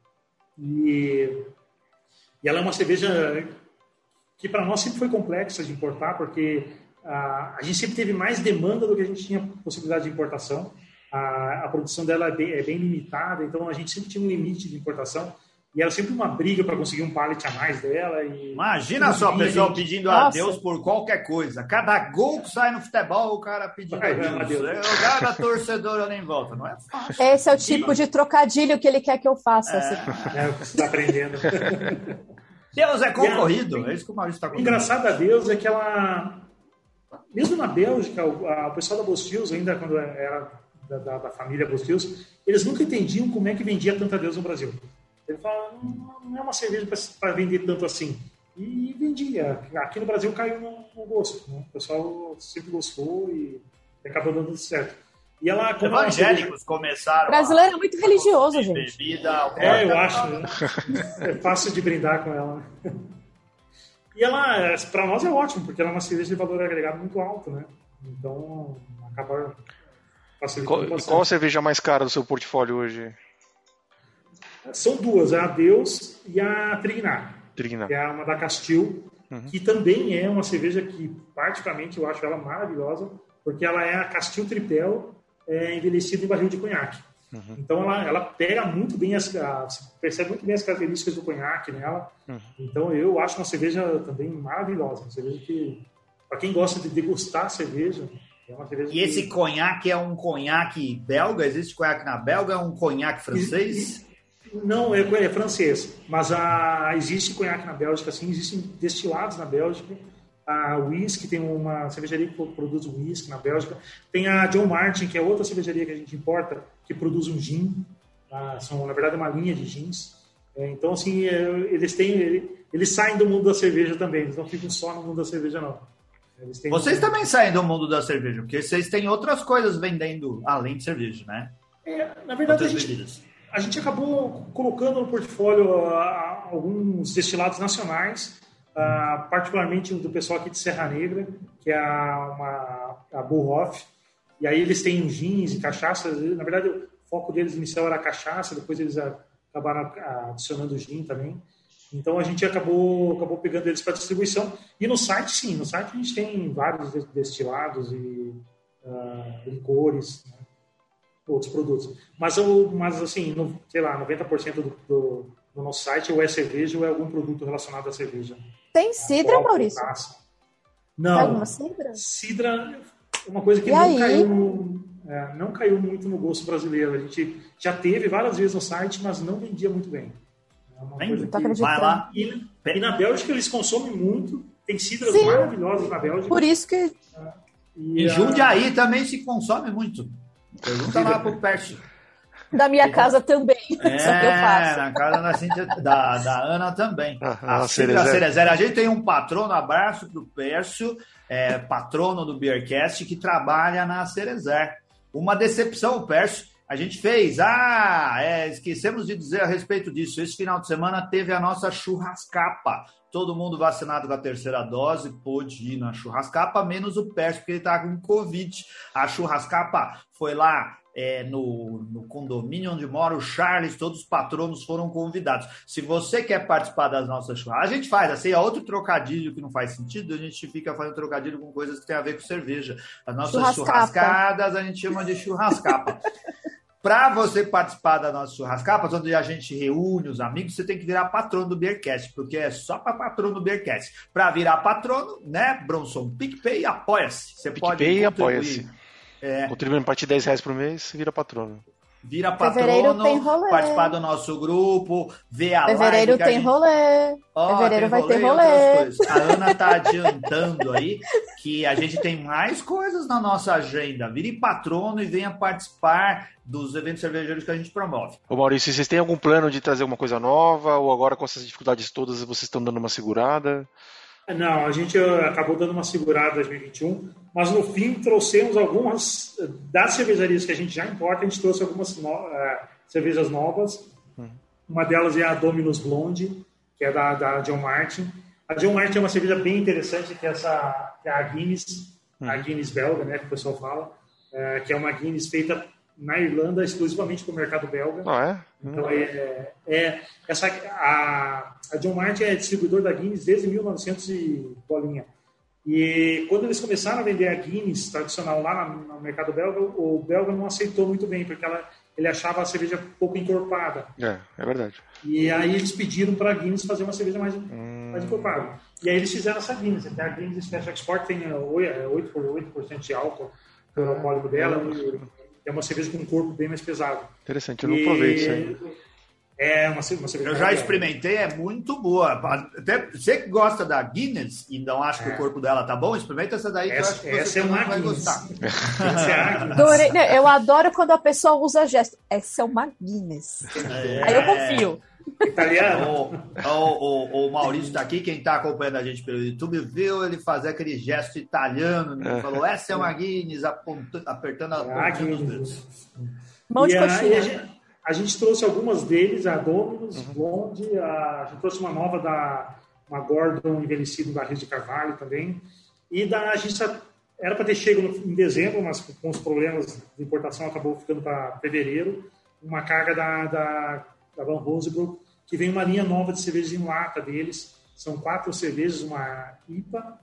E, e ela é uma cerveja que para nós sempre foi complexa de importar, porque a, a gente sempre teve mais demanda do que a gente tinha possibilidade de importação. A, a produção dela é bem, é bem limitada, então a gente sempre tinha um limite de importação. E era sempre uma briga para conseguir um pallet a mais dela. E imagina só, pessoal gente... pedindo a Deus por qualquer coisa. Cada gol que sai no futebol, o cara pedindo Ai, a Deus. Deus. Cada torcedor nem volta. Não é fácil. Esse é o tipo de trocadilho que ele quer que eu faça. É, assim. é o que você está aprendendo. Deus é concorrido. É isso que o Maurício está contando. O engraçado da Deus é que ela, mesmo na Bélgica, o, a, o pessoal da Bostils, ainda quando era da, da, da família Bostils, eles nunca entendiam como é que vendia tanta Deus no Brasil. Ele fala, não é uma cerveja para vender tanto assim. E vendia. Aqui no Brasil caiu no, no gosto. Né? O pessoal sempre gostou e acabou dando certo. E ela, como evangélicos cerveja... começaram. O brasileiro é muito religioso, gente. Bebida, é, eu acho. Né? É fácil de brindar com ela. E ela, para nós, é ótimo, porque ela é uma cerveja de valor agregado muito alto, né? Então, acaba facilitando bastante. E qual a cerveja mais cara do seu portfólio hoje? São duas, a Deus e a Trignar, Trignar. que é uma da Castil, uhum. que também é uma cerveja que, particularmente, eu acho ela maravilhosa, porque ela é a Castil Tripel é, envelhecida em barril de conhaque. Uhum. Então, ela, ela pega muito bem, as, a, percebe muito bem as características do conhaque nela. Uhum. Então, eu acho uma cerveja também maravilhosa, uma cerveja que, para quem gosta de degustar cerveja... É uma cerveja e que... esse conhaque é um conhaque belga? Existe conhaque na Belga? É um conhaque francês? E, e... Não, é, é francês, mas a, existe conhaque na Bélgica, sim, existem destilados na Bélgica, a whisky, tem uma cervejaria que produz whisky na Bélgica, tem a John Martin, que é outra cervejaria que a gente importa, que produz um gin, tá? São, na verdade, uma linha de gins, é, então, assim, é, eles têm, eles saem do mundo da cerveja também, eles não ficam só no mundo da cerveja, não. Vocês um... também saem do mundo da cerveja, porque vocês têm outras coisas vendendo além de cerveja, né? É, na verdade, outras a gente... bebidas. A gente acabou colocando no portfólio uh, alguns destilados nacionais, uh, particularmente do pessoal aqui de Serra Negra, que é a, uma, a Bullhoff. E aí eles têm gins e cachaças. Na verdade, o foco deles inicial era a cachaça, depois eles acabaram adicionando gin também. Então a gente acabou, acabou pegando eles para distribuição. E no site, sim, no site a gente tem vários destilados e uh, licores, né? Outros produtos. Mas, eu, mas assim, no, sei lá, noventa por cento do, do, do nosso site ou é cerveja ou é algum produto relacionado à cerveja. Tem cidra, a, Maurício? Não. Tem alguma cidra? Cidra é uma coisa que e não aí? caiu, é, não caiu muito no gosto brasileiro. A gente já teve várias vezes no site, mas não vendia muito bem. É uma Bem, coisa que... Vai lá. E, e na Bélgica eles consomem muito. Tem cidras Sim. maravilhosas na Bélgica. Por isso que... E, em Jundiaí a... também se consome muito. Pergunta lá pro Pércio. Da minha casa também. É, Só que eu faço. Na casa da, Cíntia, da, da Ana também. Ah, a Cidra Cerezer. A gente tem um patrono, abraço pro Pércio, é, patrono do Beercast, que trabalha na Cerezer. Uma decepção, o Pércio. A gente fez. Ah, é, esquecemos de dizer a respeito disso. Esse final de semana teve a nossa churrascapa. Todo mundo vacinado com a terceira dose pôde ir na churrascapa, menos o Pércio, porque ele estava com Covid. A churrascapa foi lá é, no, no condomínio onde mora o Charles, todos os patronos foram convidados. Se você quer participar das nossas churrascadas, a gente faz, assim, é outro trocadilho que não faz sentido, a gente fica fazendo trocadilho com coisas que tem a ver com cerveja. As nossas churrascadas a gente chama de churrascapa. Para você participar da nossa churrascapa, onde a gente reúne os amigos, você tem que virar patrono do Beercast, porque é só para patrono do Beercast. Para virar patrono, né, Bronson? PicPay e Apoia-se. Você PicPay pode e Apoia-se. É. Contribuindo a partir de dez reais por mês, vira patrono. Vira patrono, participar do nosso grupo, ver a Fevereiro live. Tem gente... rolê. Oh, Fevereiro tem vai rolê ter rolê. A Ana tá adiantando aí que a gente tem mais coisas na nossa agenda. Vire patrono e venha participar dos eventos cervejeiros que a gente promove. Ô Maurício, vocês têm algum plano de trazer alguma coisa nova? Ou agora com essas dificuldades todas vocês estão dando uma segurada? Não, a gente acabou dando uma segurada em dois mil e vinte e um, mas no fim trouxemos algumas das cervejarias que a gente já importa, a gente trouxe algumas no, uh, cervejas novas. Hum. Uma delas é a Dominus Blonde, que é da, da John Martin. A John Martin é uma cerveja bem interessante, que é, essa, que é a Guinness. a Guinness belga, né, que o pessoal fala, é, que é uma Guinness feita na Irlanda exclusivamente para o mercado belga. Ah, é? Então, é, é, essa, a, a John Martin é distribuidor da Guinness desde mil e novecentos e bolinha. E quando eles começaram a vender a Guinness tradicional lá no, no mercado belga, o belga não aceitou muito bem, porque ela, ele achava a cerveja pouco encorpada. É, é verdade. E aí eles pediram para a Guinness fazer uma cerveja mais, hum. mais encorpada. E aí eles fizeram essa Guinness. Até a Guinness Special Export tem oito por cento de álcool no alcoólico dela. É uma cerveja com um corpo bem mais pesado. Interessante, eu não provei isso aí. É uma, uma cerveja. Eu já experimentei, é muito boa. Até você que gosta da Guinness e não acha é. que o corpo dela tá bom, experimenta essa daí que essa, eu acho que essa você é uma vai gostar. Essa é a Guinness. Adorei. Eu adoro quando a pessoa usa gesto. Essa é uma Guinness. É. Aí eu confio. Italiano. O, o, o Maurício está aqui, quem está acompanhando a gente pelo YouTube viu ele fazer aquele gesto italiano, né? Ele falou, essa é uma Guinness, apontando, apertando a ponta dos dedos. Mão de e coxinha. A, a, gente, a gente trouxe algumas deles, a Dominus, uhum. Blonde, a, a gente trouxe uma nova da uma Gordon envelhecida da Rio de Carvalho também, e da, a gente era para ter chego no, em dezembro, mas com os problemas de importação acabou ficando para fevereiro, uma carga da, da da Van Rosebroek, que vem uma linha nova de cervejas em lata deles. São quatro cervejas, uma I P A,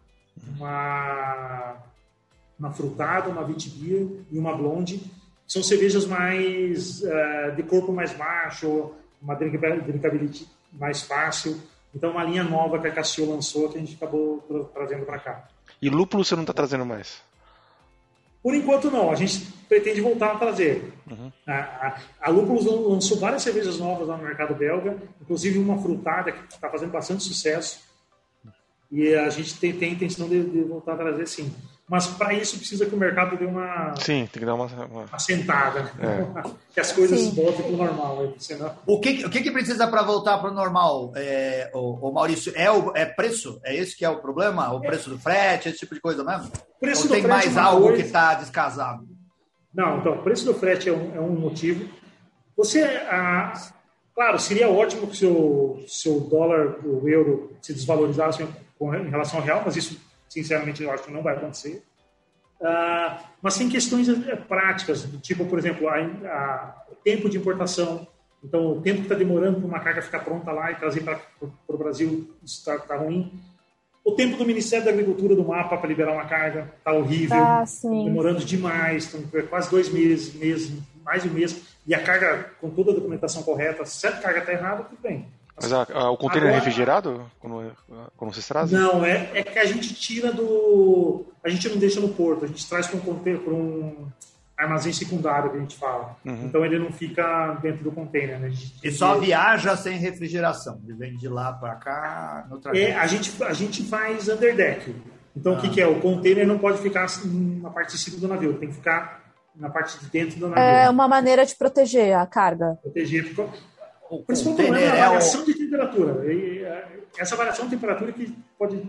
uma, uma frutada, uma Witbier e uma blonde. São cervejas mais uh, de corpo mais baixo, uma drinkability mais fácil. Então, uma linha nova que a Castillo lançou, que a gente acabou tra- trazendo para cá. E lúpulo você não está trazendo mais? Por enquanto, não. A gente pretende voltar a trazer. Uhum. A, a, a Lúpulos lançou várias cervejas novas lá no mercado belga, inclusive uma frutada que está fazendo bastante sucesso. E a gente tem, tem a intenção de, de voltar a trazer, sim. Mas para isso precisa que o mercado dê uma... Sim, tem que dar uma... uma... assentada. Né? É. Que as coisas sim. voltem para o normal. Aí, senão... O que, o que, que precisa para voltar para o normal, é, o, o Maurício? É, o, é preço? É esse que é o problema? O preço do frete, esse tipo de coisa mesmo? Preço Ou do tem frete mais é algo coisa... que está descasado? Não, então, o preço do frete é um, é um motivo. Você... A... Claro, seria ótimo que o seu, seu dólar, o euro, se desvalorizasse em relação ao real, mas isso, sinceramente, eu acho que não vai acontecer. Uh, mas tem questões práticas, tipo, por exemplo, a, a, o tempo de importação. Então, o tempo que está demorando para uma carga ficar pronta lá e trazer para o Brasil está tá ruim. O tempo do Ministério da Agricultura do mapa para liberar uma carga está horrível, ah, demorando demais, quase dois meses, mês, mais de um mês, e a carga com toda a documentação correta, se a carga está errada, tudo bem. Mas a, a, o container Agora, é refrigerado quando, quando vocês trazem? Não, é, é que a gente tira do... A gente não deixa no porto, a gente traz para um container, para um armazém secundário, que a gente fala. Uhum. Então ele não fica dentro do container. Né? E só que... viaja sem refrigeração, ele vem de lá para cá no é, a gente A gente faz underdeck. Então ah. o que, que é? O container não pode ficar na parte de cima do navio, tem que ficar na parte de dentro do navio. É uma maneira de proteger a carga. Proteger, porque... O principal problema é a variação é o... de temperatura. E, essa variação de temperatura que pode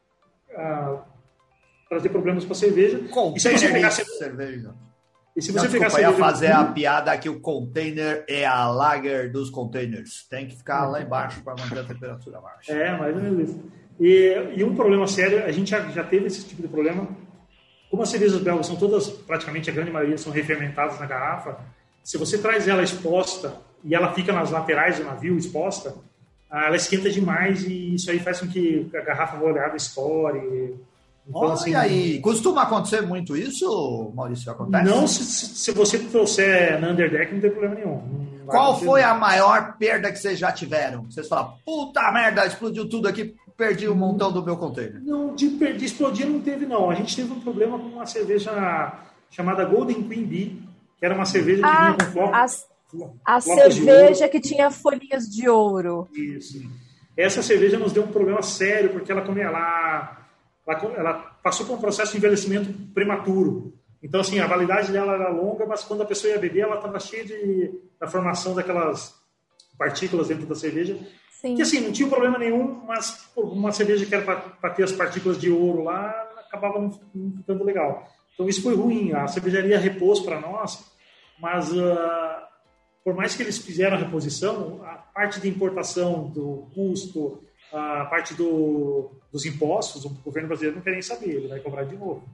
uh, trazer problemas para a cerveja. Container e se você pegar de cerveja. E se você Não, pegar desculpa, cerveja... ia fazer a piada que o container é a lager dos containers. Tem que ficar lá embaixo para manter a temperatura baixa. É, mais ou menos isso. E, e um problema sério, a gente já, já teve esse tipo de problema. Como as cervejas belgas são todas, praticamente a grande maioria, são refermentadas na garrafa, se você traz ela exposta e ela fica nas laterais do navio exposta, ela esquenta demais e isso aí faz com que a garrafa molhada estoure. Então, Olha assim, aí, costuma acontecer muito isso, Maurício? Acontece? Não, se, se você trouxer na underdeck não tem problema nenhum. Qual foi a maior perda que vocês já tiveram? Vocês falam, puta merda, explodiu tudo aqui, perdi um montão do meu container. Não, de, de explodir não teve não. A gente teve um problema com uma cerveja chamada Golden Queen Bee, que era uma cerveja que ah, vinha com flocos. A cerveja que tinha folhinhas de ouro. Isso. Essa cerveja nos deu um problema sério, porque ela, ela, ela, ela passou por um processo de envelhecimento prematuro. Então, assim, a validade dela era longa, mas quando a pessoa ia beber, ela estava cheia de, da formação daquelas partículas dentro da cerveja. Sim. Que, assim, não tinha problema nenhum, mas uma cerveja que era para ter as partículas de ouro lá, acabava não, não ficando legal. Então, isso foi ruim. A cervejaria repôs para nós, mas... Uh, por mais que eles fizeram a reposição, a parte de importação, do custo, a parte do, dos impostos, o governo brasileiro não quer nem saber, ele vai cobrar de novo.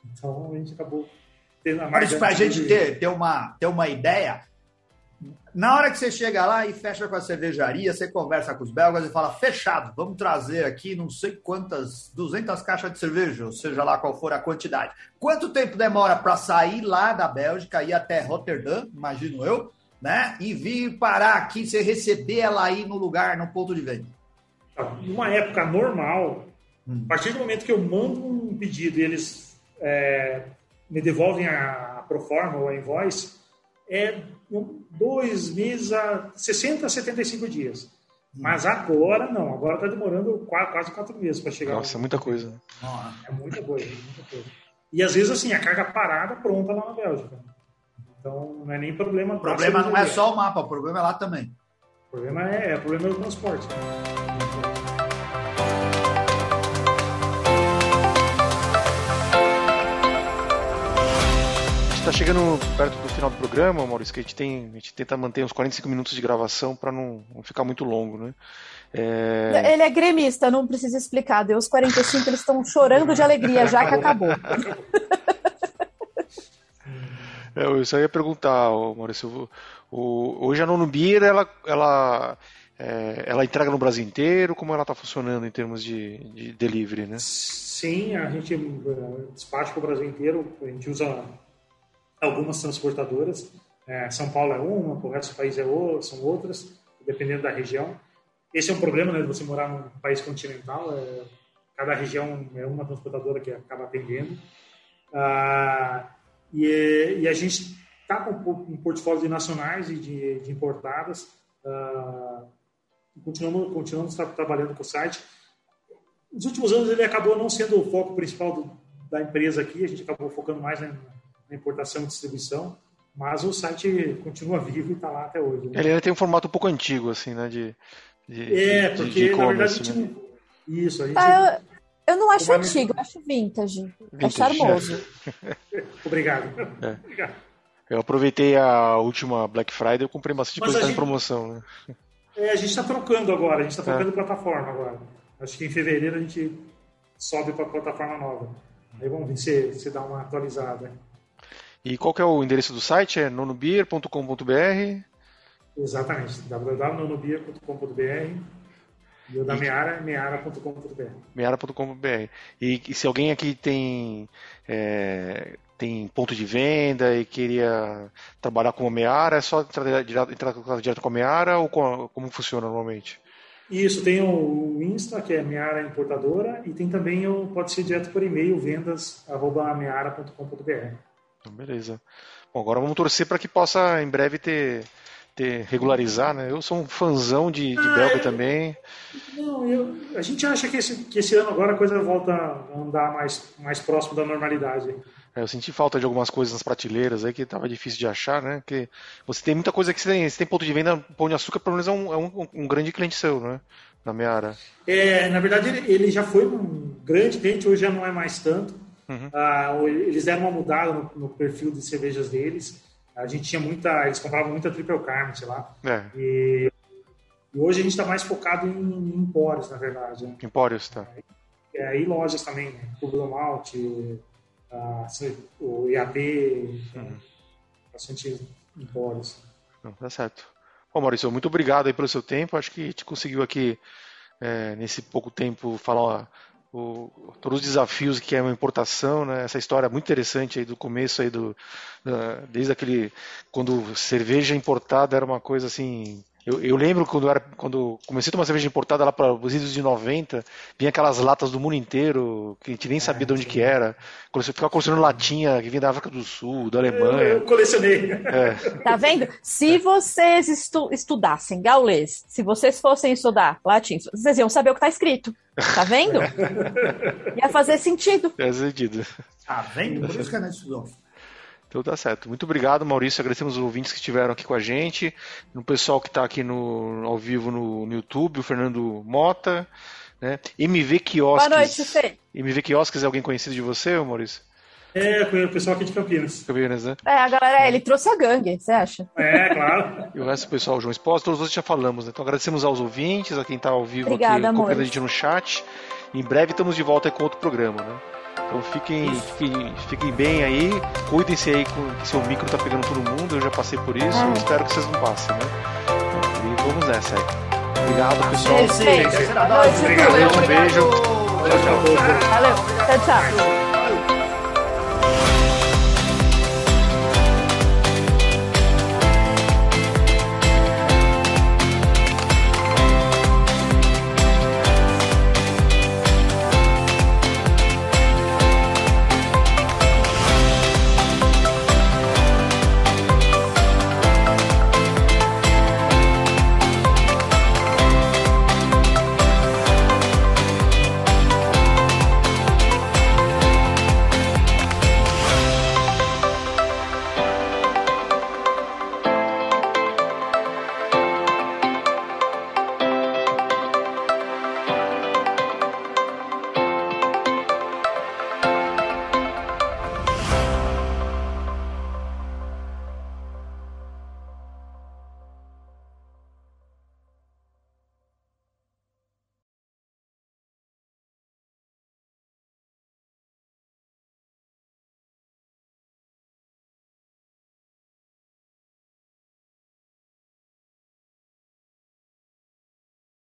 Então a gente acabou tendo a mais. Mas para a gente ter, ter, uma, ter uma ideia, na hora que você chega lá e fecha com a cervejaria, você conversa com os belgas e fala, fechado, vamos trazer aqui não sei quantas, duzentas caixas de cerveja, ou seja lá qual for a quantidade. Quanto tempo demora para sair lá da Bélgica e ir até Rotterdam, imagino eu, né? E vir parar aqui, você receber ela aí no lugar, no ponto de venda? Numa época normal, hum. a partir do momento que eu mando um pedido e eles é, me devolvem a proforma ou a invoice, é dois meses a sessenta a setenta e cinco dias. Hum. Mas agora não, agora está demorando quase, quase quatro meses para chegar. Nossa, é muita coisa. É muita coisa, muita coisa. E às vezes assim, a carga parada pronta lá na Bélgica. Então não é nem problema. O problema não é só o mapa, o problema é lá também. O problema é, é o problema do transporte. Está chegando perto do final do programa, Maurício, que a gente, tem, a gente tenta manter uns quarenta e cinco minutos de gravação para não, não ficar muito longo, né? É... Ele é gremista, não precisa explicar. Deu os quarenta e cinco, eles estão chorando de alegria, já que acabou. É, eu só ia perguntar, Maurício, o, hoje a Nono Beer, ela, ela, é, ela entrega no Brasil inteiro? Como ela está funcionando em termos de, de delivery, né? Sim, a gente despacha para o Brasil inteiro, a gente usa algumas transportadoras, é, São Paulo é uma, o resto do país é outra, são outras, dependendo da região. Esse é um problema, né, de você morar num país continental, é, cada região é uma transportadora que acaba atendendo. Ah, e, e a gente está com um portfólio de nacionais e de, de importadas, ah, continuamos, continuamos tra- trabalhando com o site. Nos últimos anos ele acabou não sendo o foco principal do, da empresa aqui, a gente acabou focando mais na na importação e distribuição, mas o site continua vivo e está lá até hoje. Né? Ele tem um formato um pouco antigo, assim, né? De, de, é, de, porque de na verdade a né? gente... Isso, a gente... Ah, eu, eu não acho antigo, eu acho vintage. vintage. É charmoso. Obrigado. É. Obrigado. Eu aproveitei a última Black Friday, eu comprei bastante mas coisa gente... em promoção. Né? É, a gente está trocando agora, a gente está trocando é. plataforma agora. Acho que em fevereiro a gente sobe para a plataforma nova. Aí vamos ver se, se dá uma atualizada. E qual que é o endereço do site? É nonobeer ponto com ponto b r? Exatamente, w w w ponto nonobeer ponto com ponto b r e o da Meara é meara ponto com ponto b r. meara ponto com ponto b r. E, e se alguém aqui tem, é, tem ponto de venda e queria trabalhar com a Meara, é só entrar direto, entrar direto com a Meara ou com, como funciona normalmente? Isso, tem o Insta, que é Meara Importadora, e tem também o, pode ser direto por e-mail, vendas arroba meara ponto com ponto b r. Então, beleza. Bom, agora vamos torcer para que possa em breve ter, ter regularizar, né? Eu sou um fãzão de, de ah, belga é... também. Não, eu, a gente acha que esse, que esse ano agora a coisa volta a andar mais, mais próximo da normalidade. É, eu senti falta de algumas coisas nas prateleiras aí que estava difícil de achar, né? Porque você tem muita coisa que você tem, você tem ponto de venda, Pão de Açúcar pelo menos é um, é um, um grande cliente seu, né? Na Meara. É, na verdade ele, ele já foi um grande cliente, hoje já não é mais tanto. Uhum. Ah, eles deram uma mudada no, no perfil de cervejas deles. A gente tinha muita, eles compravam muita Triple Carmen, sei lá. É. E, e hoje a gente está mais focado em, em empórios, na verdade. Né? Empórios, tá. É, e lojas também, né? Clube Malte, ah, o I A B, uhum. Bastante empórios. Não, tá certo. Bom, Maurício, muito obrigado aí pelo seu tempo. Acho que a gente conseguiu aqui, é, nesse pouco tempo, falar O, todos os desafios que é uma importação, né? Essa história muito interessante aí do começo aí do, uh, desde aquele quando cerveja importada era uma coisa assim. Eu, eu lembro quando eu era, quando comecei a tomar cerveja importada lá para os idos de noventa, vinha aquelas latas do mundo inteiro que a gente nem sabia é, de onde sim. que era. Você ficava colecionando latinha que vinha da África do Sul, da Alemanha. Eu, eu colecionei. É. Tá vendo? Se vocês estu, estudassem gaulês, se vocês fossem estudar latim, vocês iam saber o que está escrito. Tá vendo? Ia fazer sentido. Faz sentido. Tá vendo? Por isso que a gente estudou. Então tá certo. Muito obrigado, Maurício. Agradecemos os ouvintes que estiveram aqui com a gente, no pessoal que está aqui no, ao vivo no, no YouTube, o Fernando Mota, né? M V Quiosques. Boa noite, Fê. M V Quiosques é alguém conhecido de você, Maurício? É, o pessoal aqui de Campinas. Campinas, né? É, a galera, ele trouxe a gangue, você acha? É, claro. E o resto do pessoal, o João Espósito, todos nós já falamos, né? Então agradecemos aos ouvintes, a quem está ao vivo Obrigada, aqui, acompanhando a gente no chat. Em breve estamos de volta com outro programa, né? Então fiquem, fiquem, fiquem bem aí, cuidem-se aí com que seu micro tá pegando todo mundo, eu já passei por isso, ah. espero que vocês não passem, né? E vamos nessa aí. Obrigado, pessoal. Sim, sim. Obrigado, um beijo. Tchau, tchau. Valeu, tchau, tchau.